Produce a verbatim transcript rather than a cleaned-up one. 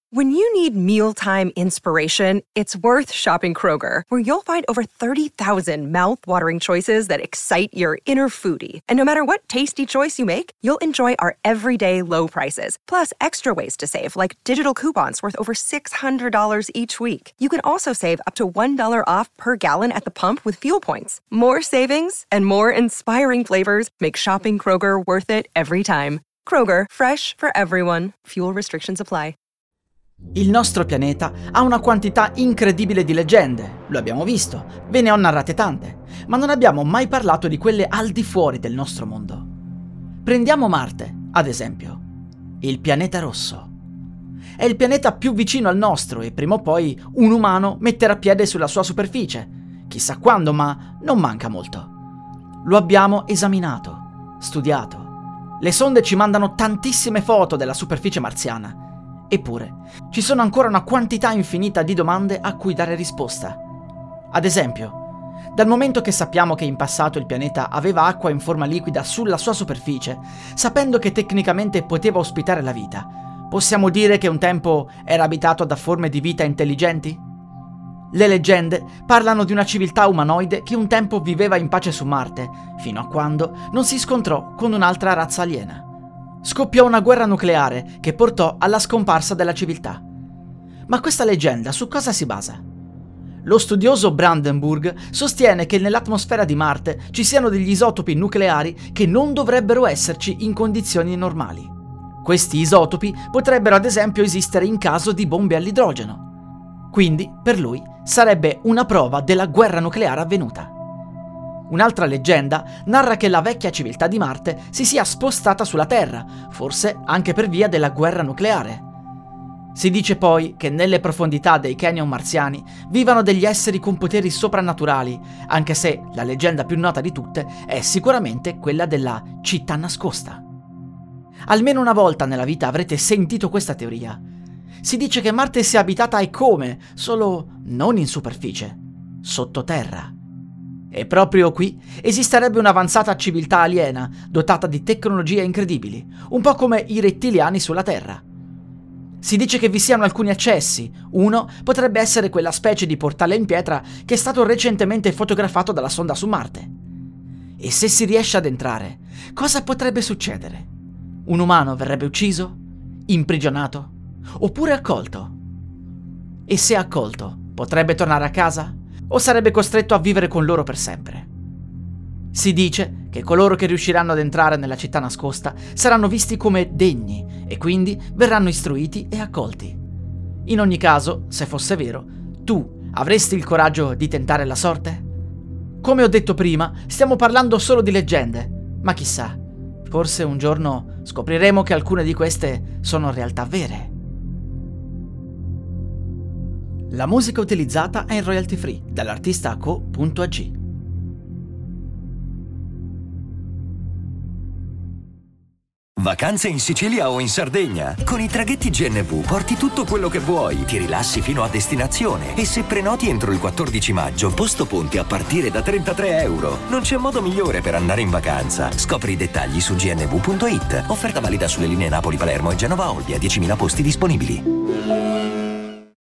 When you need mealtime inspiration, it's worth shopping Kroger, where you'll find over thirty thousand mouth-watering choices that excite your inner foodie. And no matter what tasty choice you make, you'll enjoy our everyday low prices, plus extra ways to save, like digital coupons worth over six hundred dollars each week. You can also save up to one dollar off per gallon at the pump with fuel points. More savings and more inspiring flavors make shopping Kroger worth it every time. Kroger, fresh for everyone. Fuel restrictions apply. Il nostro pianeta ha una quantità incredibile di leggende, lo abbiamo visto, ve ne ho narrate tante, ma non abbiamo mai parlato di quelle al di fuori del nostro mondo. Prendiamo Marte, ad esempio, il pianeta rosso. È il pianeta più vicino al nostro e prima o poi un umano metterà piede sulla sua superficie. Chissà quando, ma non manca molto. Lo abbiamo esaminato, studiato. Le sonde ci mandano tantissime foto della superficie marziana. Eppure, ci sono ancora una quantità infinita di domande a cui dare risposta. Ad esempio, dal momento che sappiamo che in passato il pianeta aveva acqua in forma liquida sulla sua superficie, sapendo che tecnicamente poteva ospitare la vita, possiamo dire che un tempo era abitato da forme di vita intelligenti? Le leggende parlano di una civiltà umanoide che un tempo viveva in pace su Marte, fino a quando non si scontrò con un'altra razza aliena. Scoppiò una guerra nucleare che portò alla scomparsa della civiltà. Ma questa leggenda su cosa si basa? Lo studioso Brandenburg sostiene che nell'atmosfera di Marte ci siano degli isotopi nucleari che non dovrebbero esserci in condizioni normali. Questi isotopi potrebbero ad esempio esistere in caso di bombe all'idrogeno. Quindi, per lui, sarebbe una prova della guerra nucleare avvenuta. Un'altra leggenda narra che la vecchia civiltà di Marte si sia spostata sulla Terra, forse anche per via della guerra nucleare. Si dice poi che nelle profondità dei canyon marziani vivano degli esseri con poteri soprannaturali, anche se la leggenda più nota di tutte è sicuramente quella della città nascosta. Almeno una volta nella vita avrete sentito questa teoria. Si dice che Marte sia abitata e come, solo non in superficie, sottoterra. E proprio qui esisterebbe un'avanzata civiltà aliena, dotata di tecnologie incredibili, un po' come i rettiliani sulla Terra. Si dice che vi siano alcuni accessi, uno potrebbe essere quella specie di portale in pietra che è stato recentemente fotografato dalla sonda su Marte. E se si riesce ad entrare, cosa potrebbe succedere? Un umano verrebbe ucciso? Imprigionato? Oppure accolto? E se accolto, potrebbe tornare a casa? O sarebbe costretto a vivere con loro per sempre? Si dice che coloro che riusciranno ad entrare nella città nascosta saranno visti come degni e quindi verranno istruiti e accolti. In ogni caso, se fosse vero, tu avresti il coraggio di tentare la sorte? Come ho detto prima, stiamo parlando solo di leggende, ma chissà, forse un giorno scopriremo che alcune di queste sono realtà vere. La musica utilizzata è in royalty free dall'artista co punto a g. Vacanze in Sicilia o in Sardegna? Con i traghetti G N V porti tutto quello che vuoi, ti rilassi fino a destinazione e se prenoti entro il quattordici maggio, posto ponti a partire da trentatré euro. Non c'è modo migliore per andare in vacanza. Scopri i dettagli su g n v punto i t. Offerta valida sulle linee Napoli-Palermo e Genova-Olbia, diecimila posti disponibili.